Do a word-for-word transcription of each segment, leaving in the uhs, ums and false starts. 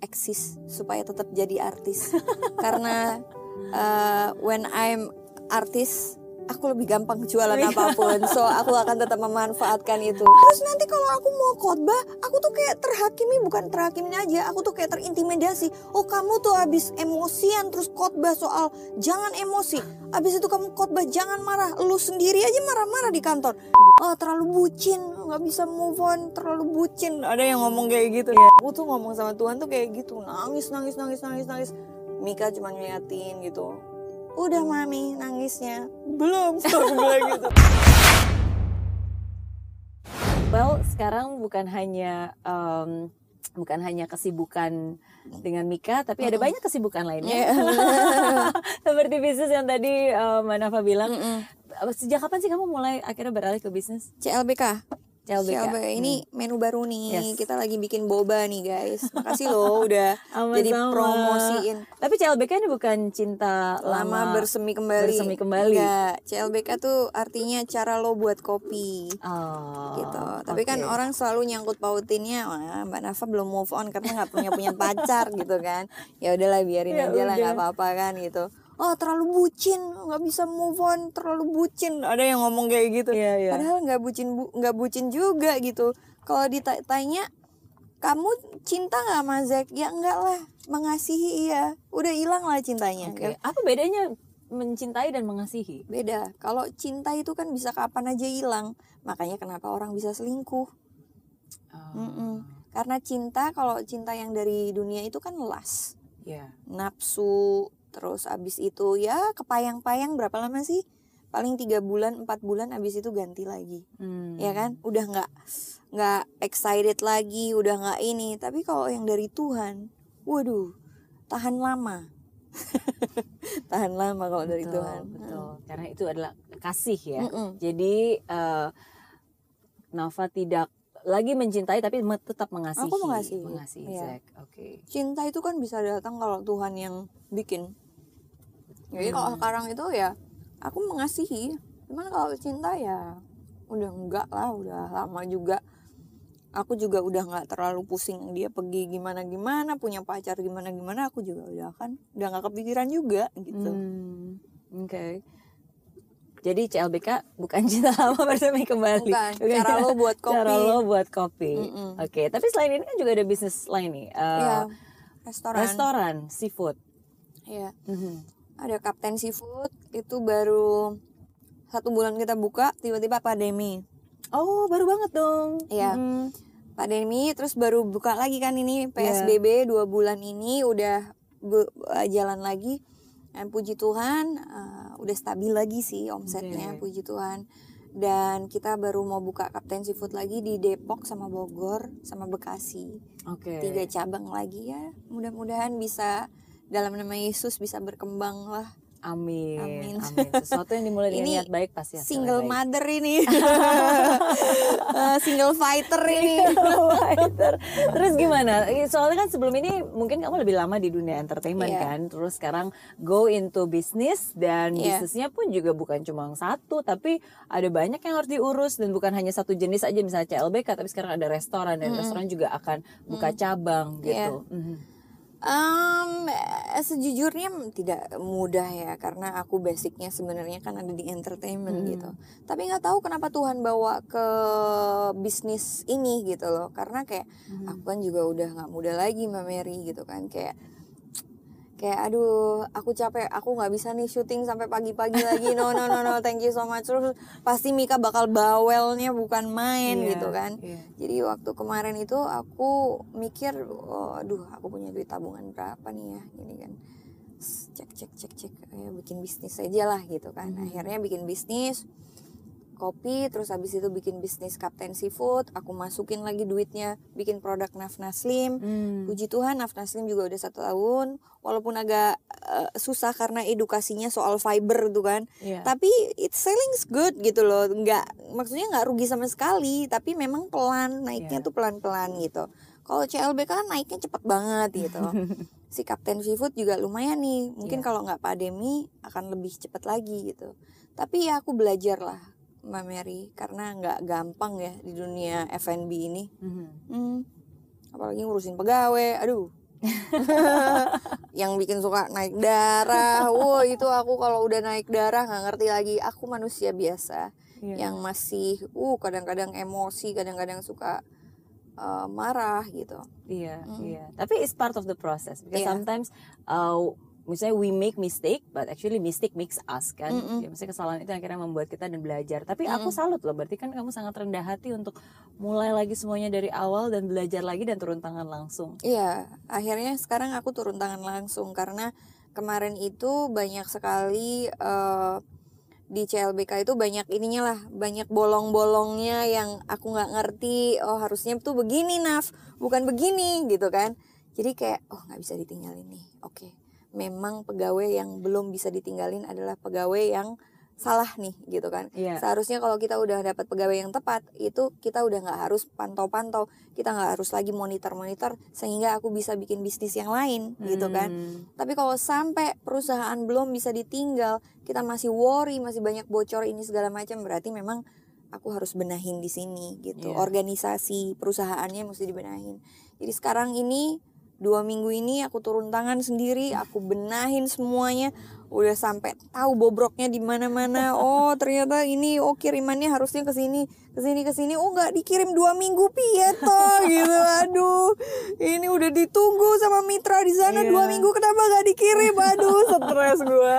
eksis supaya tetap jadi artis. Karena uh, when I'm artis, aku lebih gampang jualan apapun. So aku akan tetap memanfaatkan itu. Terus nanti kalau aku mau khotbah, aku tuh kayak terhakimi, bukan terhakimin aja, aku tuh kayak terintimidasi. Oh kamu tuh habis emosian terus khotbah soal jangan emosi. Habis itu kamu khotbah jangan marah. Lu sendiri aja marah-marah di kantor. Oh terlalu bucin, nggak bisa move on, terlalu bucin. Ada yang ngomong kayak gitu. Yeah. Aku tuh ngomong sama Tuhan tuh kayak gitu, nangis, nangis, nangis, nangis, nangis. Mika cuma ngeliatin gitu. Udah mami nangisnya belum, aku bilang gitu. Well sekarang bukan hanya um, bukan hanya kesibukan dengan Mika, tapi mm-mm. ada banyak kesibukan lainnya. Yeah. Seperti bisnis yang tadi um, Mbak Nafa bilang. Mm-mm. Sejak kapan sih kamu mulai akhirnya beralih ke bisnis? C L B K. C L B K. C L B K ini hmm. menu baru nih. Yes. Kita lagi bikin boba nih guys. Makasih loh udah jadi promosiin. Tapi C L B K ini bukan cinta lama, lama bersemi kembali. Bersemi kembali. Enggak. C L B K tuh artinya cara lo buat kopi. Oh. Gitu. Tapi okay. kan orang selalu nyangkut pautinnya, wah Mbak Nafa belum move on karena nggak punya punya pacar gitu kan. Ya udahlah biarin ya aja udah. lah nggak apa-apa kan gitu. Oh terlalu bucin, nggak bisa move on, terlalu bucin. Ada yang ngomong kayak gitu. Yeah, yeah. Padahal nggak bucin, nggak bu, bucin juga gitu. Kalau ditanya, kamu cinta nggak sama Zack? Ya enggak lah, mengasihi iya. Udah hilang lah cintanya. Okay. Apa bedanya mencintai dan mengasihi? Beda. Kalau cinta itu kan bisa kapan aja hilang. Makanya kenapa orang bisa selingkuh? Oh. Karena cinta, kalau cinta yang dari dunia itu kan lust, yeah. nafsu. Terus abis itu ya kepayang-payang berapa lama sih? Paling tiga bulan, empat bulan abis itu ganti lagi. Hmm. Ya kan? Udah gak, gak excited lagi, udah gak ini. Tapi kalau yang dari Tuhan, waduh, tahan lama. Tahan lama kalau betul, dari Tuhan. Betul, hmm. karena itu adalah kasih ya. Mm-mm. Jadi uh, Nafa tidak lagi mencintai tapi tetap mengasihi. Aku mengasihi. Mengasihi ya. Zack. Oke. Okay. Cinta itu kan bisa datang kalau Tuhan yang bikin. Jadi hmm. kalau sekarang itu ya aku mengasihi. Cuman kalau cinta ya udah enggak lah, udah lama juga. Aku juga udah nggak terlalu pusing dia pergi gimana-gimana, punya pacar gimana-gimana. Aku juga udah kan udah nggak kepikiran juga gitu. Hmm. Oke. Okay. Jadi C L B K bukan cinta lama bersemi kembali. Bukan, bukan cara lo buat kopi. Cara lo buat kopi. Oke, okay. Tapi selain ini kan juga ada bisnis lain nih. Uh, ya, restoran. Restoran, seafood. Iya. Mm-hmm. Ada Kapten Seafood, itu baru satu bulan kita buka, tiba-tiba pandemi. Oh, baru banget dong. Iya. Mm-hmm. Pandemi, terus baru buka lagi kan ini P S B B yeah. dua bulan ini udah bu- jalan lagi. Dan puji Tuhan uh, udah stabil lagi sih omsetnya, okay. puji Tuhan. Dan kita baru mau buka Kapten Seafood lagi di Depok sama Bogor sama Bekasi. Oke. Okay. Tiga cabang lagi ya. Mudah-mudahan bisa dalam nama Yesus bisa berkembang lah. Amin. Amin. Amin. Sesuatu yang dimulai dengan niat baik pasti hasilnya single baik. Mother ini. uh, single fighter ini. Single fighter. Terus gimana? Soalnya kan sebelum ini mungkin kamu lebih lama di dunia entertainment yeah. kan. Terus sekarang go into business dan yeah. bisnisnya pun juga bukan cuma satu, tapi ada banyak yang harus diurus dan bukan hanya satu jenis aja misalnya C L B K, tapi sekarang ada restoran dan mm. restoran juga akan buka mm. cabang gitu. Yeah. Mm. Um, sejujurnya tidak mudah ya karena aku basicnya sebenarnya kan ada di entertainment hmm. gitu. Tapi nggak tahu kenapa Tuhan bawa ke bisnis ini gitu loh. Karena kayak hmm. aku kan juga udah nggak muda lagi Mbak Mary gitu kan kayak kayak aduh aku capek, aku nggak bisa nih syuting sampai pagi-pagi lagi. No no no no thank you so much. Terus pasti Mika bakal bawelnya bukan main yeah, gitu kan. Yeah. Jadi waktu kemarin itu aku mikir, oh, aduh aku punya duit tabungan berapa nih ya, gini kan. Cek cek cek cek, ya, bikin bisnis aja lah gitu kan. Mm-hmm. Akhirnya bikin bisnis kopi, terus habis itu bikin bisnis Kapten Seafood, aku masukin lagi duitnya bikin produk Nafna Slim. Hmm. Puji Tuhan Nafna Slim juga udah satu tahun, walaupun agak uh, susah karena edukasinya soal fiber tuh kan, yeah. tapi it's selling good gitu loh, nggak maksudnya nggak rugi sama sekali, tapi memang pelan naiknya yeah. tuh pelan-pelan gitu. Kalau C L B kan naiknya cepet banget gitu. Si Kapten Seafood juga lumayan nih, mungkin yeah. kalau nggak pandemi akan lebih cepet lagi gitu. Tapi ya aku belajar lah Mbak Mary, karena nggak gampang ya di dunia F and B ini. Mm-hmm. Hmm, apalagi ngurusin pegawai, aduh Yang bikin suka naik darah. Wow, itu aku kalau udah naik darah nggak ngerti lagi. Aku manusia biasa yeah. yang masih uh kadang-kadang emosi, kadang-kadang suka uh, marah gitu. Iya, mm. iya. Tapi it's part of the process because yeah. sometimes uh, misalnya we make mistake, but actually mistake makes us kan. Mm-mm. Ya, misalnya kesalahan itu akhirnya membuat kita dan belajar. Tapi Mm-mm. aku salut loh, berarti kan kamu sangat rendah hati untuk mulai lagi semuanya dari awal dan belajar lagi dan turun tangan langsung. Iya, akhirnya sekarang aku turun tangan langsung karena kemarin itu banyak sekali uh, di C L B K itu banyak ininya lah, banyak bolong-bolongnya yang aku nggak ngerti. Oh harusnya tuh begini Naf, bukan begini gitu kan. Jadi kayak oh nggak bisa ditinggalin nih. Oke. Okay. Memang pegawai yang belum bisa ditinggalin adalah pegawai yang salah nih gitu kan. Yeah. Seharusnya kalau kita udah dapat pegawai yang tepat, itu kita udah nggak harus pantau-pantau, kita nggak harus lagi monitor-monitor sehingga aku bisa bikin bisnis yang lain hmm. gitu kan. Tapi kalau sampai perusahaan belum bisa ditinggal, kita masih worry, masih banyak bocor ini segala macam, berarti memang aku harus benahin di sini gitu. Yeah. Organisasi perusahaannya mesti dibenahin. Jadi sekarang ini dua minggu ini aku turun tangan sendiri, aku benahin semuanya, udah sampai tahu bobroknya di mana-mana. Oh ternyata ini, oh kirimannya harusnya ke sini, ke sini, ke sini. Oh nggak dikirim dua minggu Pieto gitu. Aduh, ini udah ditunggu sama mitra di sana yeah. dua minggu, kenapa nggak dikirim? Aduh, stres gue.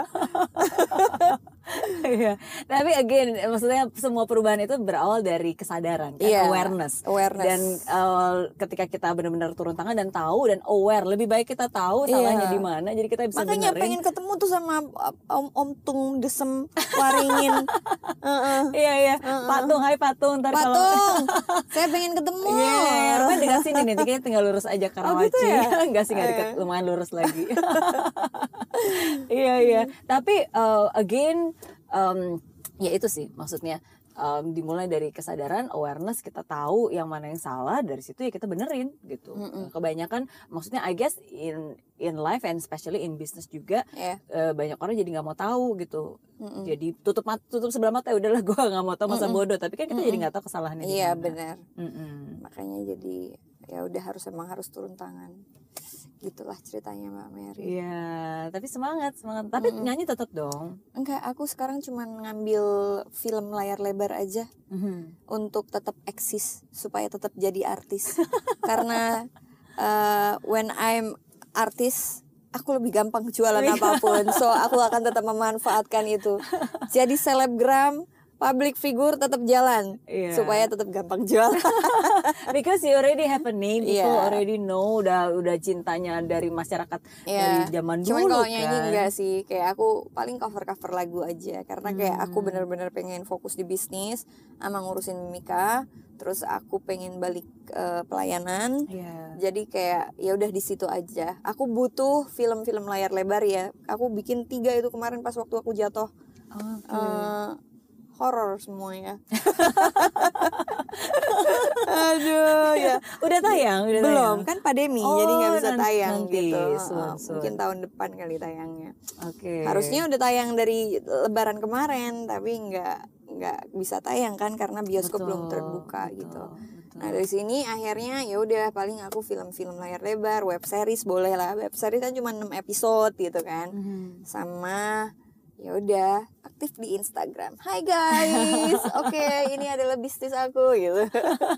Iya, tapi again, maksudnya semua perubahan itu berawal dari kesadaran, kan? yeah, awareness. awareness. Dan uh, ketika kita benar-benar turun tangan dan tahu dan aware, lebih baik kita tahu salahnya yeah. di mana, jadi kita bisa Makanya benerin. pengen ketemu tuh sama Om Om Tung Desem Waringin. uh-uh. Iya iya, uh-uh. Patung, hai Patung, ntar Patung, kalau saya pengen ketemu. Iya, yeah, rumahnya dekat sini nih, kayaknya tinggal lurus aja Karawaci. Oh, gitu ya? Enggak sih, nggak dekat, lumayan lurus lagi. Iya iya, tapi uh, again. Um, ya itu sih maksudnya um, dimulai dari kesadaran, awareness, kita tahu yang mana yang salah, dari situ ya kita benerin gitu. Mm-mm. Kebanyakan maksudnya I guess in in life and especially in business juga yeah. uh, banyak orang jadi nggak mau tahu gitu. Mm-mm. Jadi tutup mata, tutup sebelah mata, ya udahlah gue nggak mau tahu, masa Mm-mm. bodoh. Tapi kan kita Mm-mm. jadi nggak tahu kesalahannya. Iya benar. Makanya jadi ya udah harus emang harus turun tangan. Gitulah ceritanya Mbak Mary. Iya, tapi semangat, semangat. Tapi mm-hmm. nyanyi tetap dong. Enggak, aku sekarang cuma ngambil film layar lebar aja mm-hmm. untuk tetap eksis supaya tetap jadi artis. Karena uh, when I'm artis, aku lebih gampang jualan apapun. So aku akan tetap memanfaatkan itu. Jadi selebgram, public figure tetap jalan yeah. supaya tetap gampang jual. Because you already have a name, people yeah. already know, udah udah cintanya dari masyarakat yeah. dari zaman dulu. Cuman kalau kan. nyanyi enggak sih, kayak aku paling cover-cover lagu aja karena kayak hmm. aku benar-benar pengen fokus di bisnis sama ngurusin Mika, terus aku pengen balik uh, pelayanan. Yeah. Jadi kayak ya udah di situ aja. Aku butuh film-film layar lebar ya. Aku bikin tiga itu kemarin pas waktu aku jatuh. Okay. Uh, horor semuanya. Aduh ya. Udah tayang, udah belum tayang. Kan pandemi, oh, jadi nggak bisa tayang nanti, gitu. Soon, soon. Mungkin tahun depan kali tayangnya. Oke. Okay. Harusnya udah tayang dari Lebaran kemarin, tapi nggak nggak bisa tayang kan karena bioskop betul, belum terbuka betul, gitu. Betul. Nah dari sini akhirnya ya udah paling aku film-film layar lebar, web series boleh lah. Web series kan cuma enam episode gitu kan. Mm-hmm. Sama ya udah aktif di Instagram. Hai guys, oke okay, ini adalah bisnis aku gitu.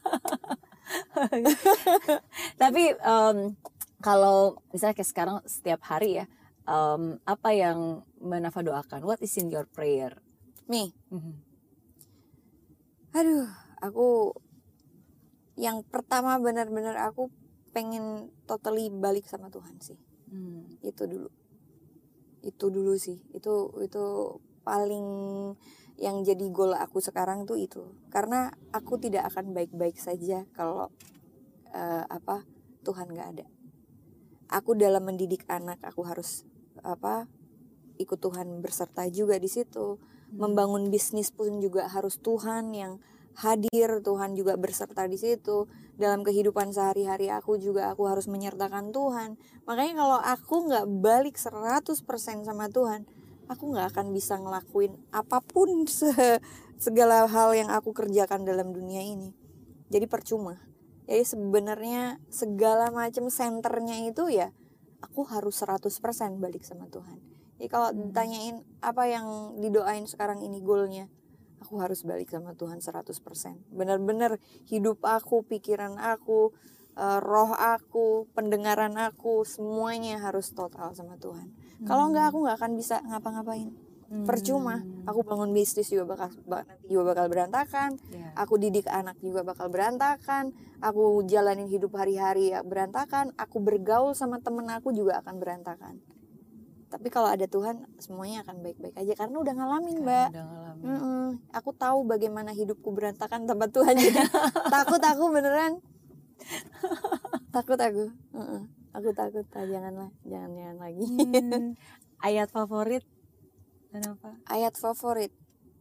Tapi um, kalau misalnya kayak sekarang setiap hari ya, um, apa yang Nafa doakan? What is in your prayer? Me. Mm-hmm. Aduh, aku yang pertama benar-benar aku pengen totally balik sama Tuhan sih. Hmm. Itu dulu. Itu dulu sih, itu itu paling yang jadi goal aku sekarang tuh itu, karena aku tidak akan baik-baik saja kalau uh, apa Tuhan nggak ada. Aku dalam mendidik anak aku harus apa ikut Tuhan berserta juga di situ. Hmm. Membangun bisnis pun juga harus Tuhan yang hadir, Tuhan juga berserta di situ. Dalam kehidupan sehari-hari aku juga aku harus menyertakan Tuhan. Makanya kalau aku gak balik seratus persen sama Tuhan, aku gak akan bisa ngelakuin apapun se- segala hal yang aku kerjakan dalam dunia ini. Jadi percuma. Jadi sebenarnya segala macam senternya itu ya aku harus seratus persen balik sama Tuhan. Jadi kalau Hmm. ditanyain apa yang didoain sekarang ini goalnya, aku harus balik sama Tuhan seratus persen. Benar-benar hidup aku, pikiran aku, uh, roh aku, pendengaran aku, semuanya harus total sama Tuhan. Kalau enggak aku nggak akan bisa ngapa-ngapain. Hmm. Percuma, aku bangun bisnis juga bakal nanti juga bakal berantakan. Yeah. Aku didik anak juga bakal berantakan. Aku jalanin hidup hari-hari ya berantakan. Aku bergaul sama temen aku juga akan berantakan. Tapi kalau ada Tuhan, semuanya akan baik-baik aja karena udah ngalamin, Mbak. Udah ngalamin. Mm-mm. Aku tahu bagaimana hidupku berantakan tanpa Tuhan. Jadi takut aku beneran. Takut aku. Uh-uh. Aku takut. Ah, janganlah, jangan-jangan lagi. Hmm. Ayat favorit kenapa? Ayat favorit.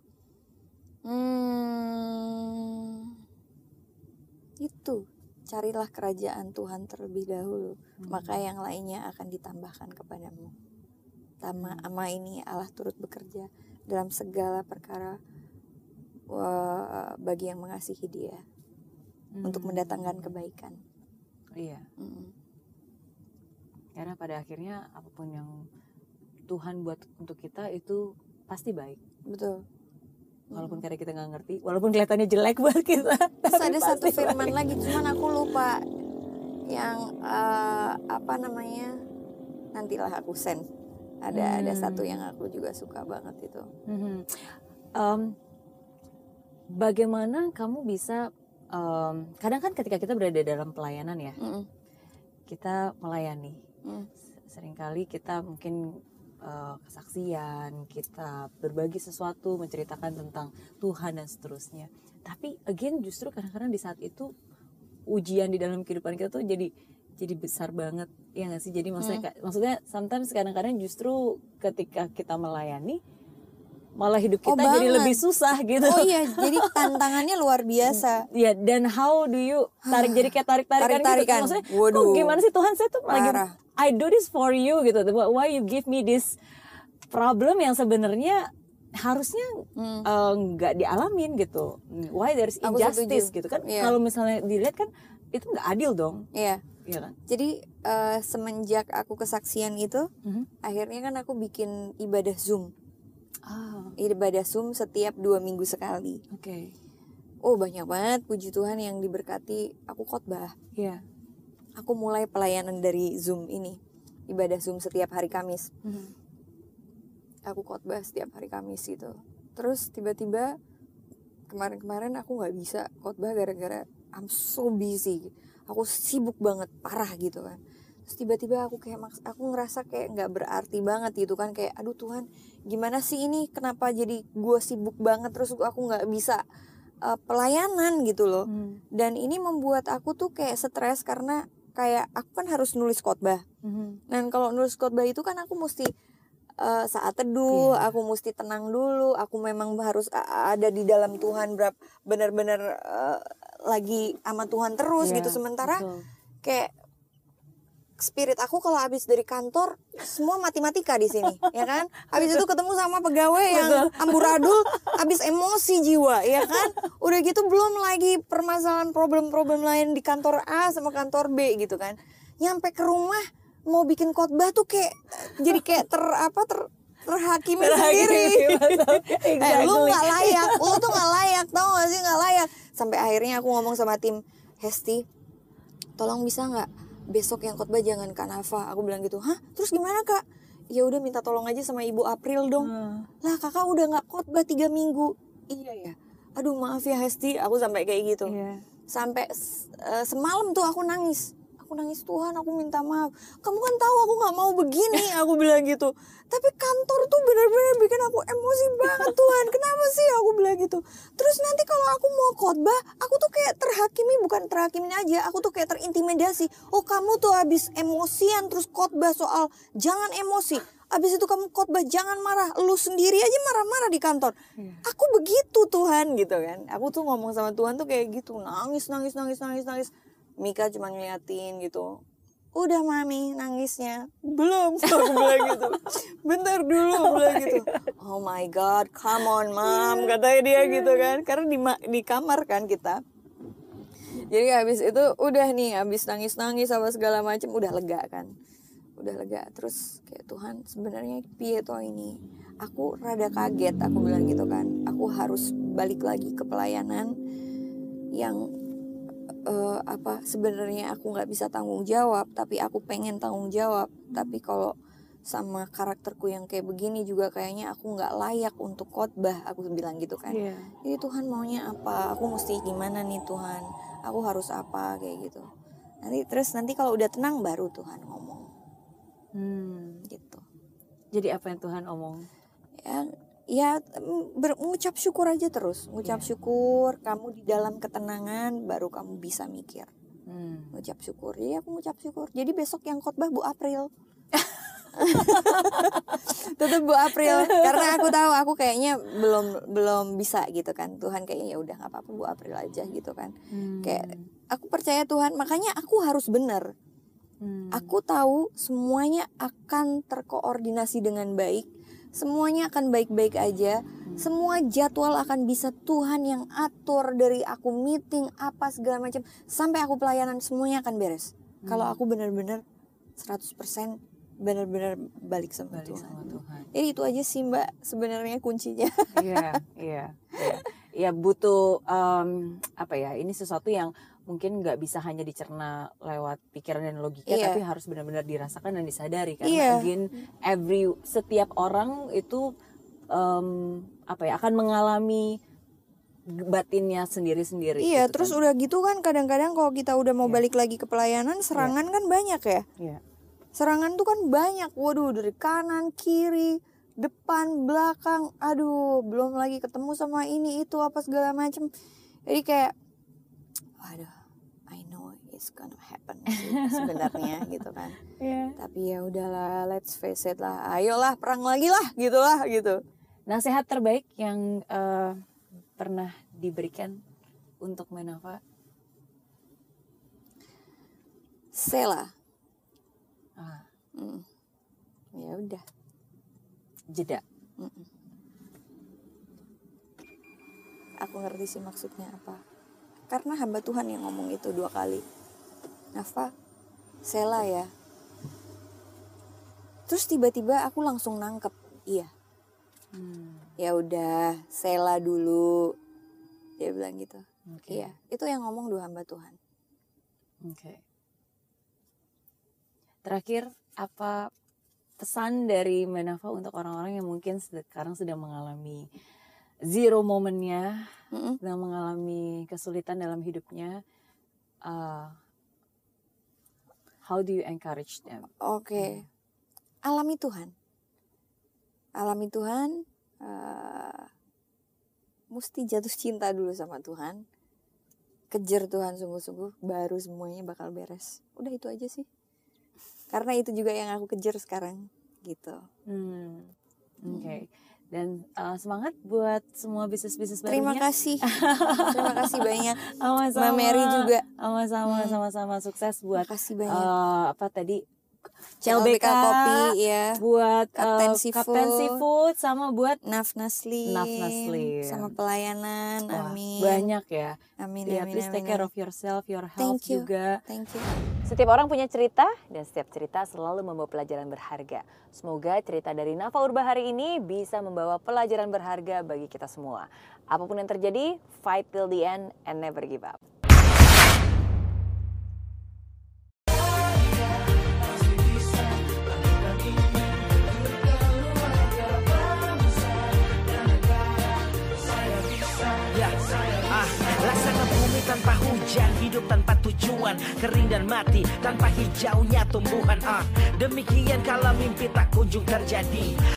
Hmm, itu carilah kerajaan Tuhan terlebih dahulu, hmm. maka yang lainnya akan ditambahkan kepadamu. Tama ama ini Allah turut bekerja dalam segala perkara uh, bagi yang mengasihi Dia hmm. untuk mendatangkan kebaikan. Iya. Hmm. Karena pada akhirnya apapun yang Tuhan buat untuk kita itu pasti baik. Betul. Walaupun kadang kita nggak ngerti, walaupun kelihatannya jelek buat kita. Terus ada satu firman baik. lagi, cuman aku lupa yang uh, apa namanya. Nantilah aku send. Ada hmm. ada satu yang aku juga suka banget itu. Hmm. Um, bagaimana kamu bisa? Um, kadang kan ketika kita berada dalam pelayanan ya, hmm. kita melayani. Hmm. Seringkali kita mungkin Uh, kesaksian, kita berbagi sesuatu, menceritakan tentang Tuhan dan seterusnya. Tapi again justru kadang-kadang di saat itu ujian di dalam kehidupan kita tuh jadi jadi besar banget, ya nggak sih? Jadi maksudnya hmm. maksudnya sometimes kadang-kadang justru ketika kita melayani malah hidup kita oh, jadi lebih susah gitu. Oh iya, jadi tantangannya luar biasa. Ya, dan how do you tarik jadi kayak tarik-tarikan gitu. Maksudnya, Waduh. kok gimana sih Tuhan, saya tuh lagi I do this for you gitu. Why you give me this problem yang sebenarnya harusnya nggak hmm. uh, dialamin gitu. Why there's injustice gitu kan? Yeah. Kalau misalnya dilihat kan itu nggak adil dong. Iya. Yeah. Kan? Jadi uh, semenjak aku kesaksian itu, mm-hmm. akhirnya kan aku bikin ibadah Zoom. Oh. Ibadah Zoom setiap dua minggu sekali. Oke. Okay. Oh banyak banget puji Tuhan yang diberkati. Aku khotbah. Iya. Yeah. Aku mulai pelayanan dari Zoom ini, ibadah Zoom setiap hari Kamis. Mm-hmm. Aku khotbah setiap hari Kamis gitu. Terus tiba-tiba kemarin-kemarin aku nggak bisa khotbah gara-gara I'm so busy. Aku sibuk banget, parah gitu kan. Terus tiba-tiba aku kayak aku ngerasa kayak nggak berarti banget gitu kan, kayak aduh Tuhan gimana sih ini, kenapa jadi gue sibuk banget terus aku nggak bisa uh, pelayanan gitu loh. Hmm. Dan ini membuat aku tuh kayak stres karena kayak aku kan harus nulis khotbah. Hmm. Dan kalau nulis khotbah itu kan aku mesti uh, saat teduh, yeah. aku mesti tenang dulu, aku memang harus ada di dalam Tuhan, berap benar-benar uh, lagi sama Tuhan terus yeah, gitu. Sementara betul. Kayak spirit aku kalau habis dari kantor semua matematika di sini, ya kan? Habis itu ketemu sama pegawai yang amburadul, habis emosi jiwa, ya kan? Udah gitu belum lagi permasalahan problem-problem lain di kantor A sama kantor B gitu kan. Nyampe ke rumah mau bikin khotbah tuh kayak jadi kayak ter apa ter terhakimi sendiri. Exactly. Eh, lu nggak layak, lu tuh nggak layak, tau gak sih nggak layak. Sampai akhirnya aku ngomong sama tim, Hesti, tolong bisa nggak besok yang khotbah jangan Kak Nafa. Aku bilang gitu. Hah? Terus gimana Kak? Ya udah minta tolong aja sama Ibu April dong. Hmm. Lah kakak udah nggak khotbah tiga minggu. Iya ya. Aduh maaf ya Hesti. Aku sampai kayak gitu. Yeah. Sampai uh, semalam tuh aku nangis. Aku nangis, Tuhan aku minta maaf. Kamu kan tahu aku nggak mau begini. Aku bilang gitu. Tapi kantor tuh benar-benar bikin aku emosi banget Tuhan. Kenapa sih? Aku bilang gitu. Terus nanti kalau aku mau khotbah, aku tuh kayak terhakimi, bukan terhakimin aja. Aku tuh kayak terintimidasi. Oh kamu tuh habis emosian terus khotbah soal jangan emosi. Abis itu kamu khotbah jangan marah. Lu sendiri aja marah-marah di kantor. Yeah. Aku begitu Tuhan gitu kan. Aku tuh ngomong sama Tuhan tuh kayak gitu. Nangis, nangis, nangis, nangis, nangis. Mika cuma ngeliatin gitu. Udah mami nangisnya. Belum, aku bilang gitu. Bentar dulu, aku bilang gitu. Oh my God, come on mom, katanya dia gitu kan. Karena di, di kamar kan kita. Jadi habis itu udah nih, habis nangis-nangis sama segala macam udah lega kan. Udah lega. Terus kayak Tuhan sebenarnya piye toh ini. Aku rada kaget, aku bilang gitu kan. Aku harus balik lagi ke pelayanan yang uh, apa sebenarnya aku nggak bisa tanggung jawab, tapi aku pengen tanggung jawab. Tapi kalau sama karakterku yang kayak begini juga kayaknya aku nggak layak untuk khotbah, aku bilang gitu kan. Yeah. Jadi Tuhan maunya apa? Aku mesti gimana nih Tuhan? Aku harus apa kayak gitu. Nanti terus nanti kalau udah tenang baru Tuhan ngomong. Hmm. Gitu. Jadi apa yang Tuhan omong? Ya, ya mengucap syukur aja terus, mengucap yeah. syukur. Kamu di dalam ketenangan baru kamu bisa mikir. Hmm. Mengucap syukur. Jadi aku mengucap syukur. Jadi besok yang khotbah Bu April. Tetap Bu April karena aku tahu aku kayaknya belum belum bisa gitu kan. Tuhan kayaknya ya udah nggak apa-apa Bu April aja gitu kan. Hmm. Kayak aku percaya Tuhan, makanya aku harus benar. Hmm. Aku tahu semuanya akan terkoordinasi dengan baik. Semuanya akan baik-baik aja. Hmm. Semua jadwal akan bisa Tuhan yang atur, dari aku meeting apa segala macam sampai aku pelayanan semuanya akan beres. Hmm. Kalau aku benar-benar seratus persen benar-benar balik sama balik Tuhan. sama Tuhan. Jadi itu aja sih Mbak sebenarnya kuncinya. Iya, iya. Ya butuh um, apa ya? Ini sesuatu yang mungkin nggak bisa hanya dicerna lewat pikiran dan logika, yeah. tapi harus benar-benar dirasakan dan disadari karena yeah. again every setiap orang itu um, apa ya akan mengalami batinnya sendiri-sendiri. Iya, gitu terus kan. Udah gitu kan kadang-kadang kalau kita udah mau yeah. balik lagi ke pelayanan, serangan yeah. kan banyak ya. Yeah. Serangan tuh kan banyak, waduh dari kanan, kiri, depan, belakang, aduh belum lagi ketemu sama ini itu apa segala macam. Jadi kayak, waduh, I know it's gonna happen sih sebenarnya gitu kan. Yeah. Tapi ya udahlah, let's face it lah, ayolah perang lagi lah, gitulah gitu. Nasihat terbaik yang uh, pernah diberikan untuk Menava? Sela. Ah. Mm. Ya udah. Jeda. Mm-mm. Aku ngerti sih maksudnya apa. Karena hamba Tuhan yang ngomong itu dua kali. Nafa, Sela ya. Terus tiba-tiba aku langsung nangkep, iya. Hmm. Ya udah, Sela dulu. Dia bilang gitu. Okay. Iya, itu yang ngomong dua hamba Tuhan. Oke. Okay. Terakhir, apa pesan dari Menava untuk orang-orang yang mungkin sekarang sedang mengalami zero momennya, mm-mm. sedang mengalami kesulitan dalam hidupnya? Uh, how do you encourage them? Oke, okay. hmm. alami Tuhan, alami Tuhan, uh, mesti jatuh cinta dulu sama Tuhan, kejar Tuhan sungguh-sungguh, baru semuanya bakal beres. Udah itu aja sih. Karena itu juga yang aku kejar sekarang, gitu. Hmm, Oke. Okay. Dan uh, semangat buat semua bisnis-bisnis barunya. Terima kasih, terima kasih banyak. Sama-sama. Mbak Mary juga. Sama-sama, hmm. sama-sama sukses buat. Terima kasih banyak. Uh, apa tadi? C L B K Kopi, ya. Buat Kapten uh, Seafood. Kapten Seafood, sama buat Naf Naslim. Naf Naslim. Sama pelayanan, wah, amin. Banyak ya. Amin, ya, amin, please amin, take amin. care of yourself, your health Thank you. juga. Thank you. Setiap orang punya cerita, dan setiap cerita selalu membawa pelajaran berharga. Semoga cerita dari Nafa Urba hari ini bisa membawa pelajaran berharga bagi kita semua. Apapun yang terjadi, fight till the end and never give up. Tanpa hujan, hidup tanpa tujuan, kering dan mati tanpa hijaunya tumbuhan. Ah, demikian kalau mimpi tak kunjung terjadi.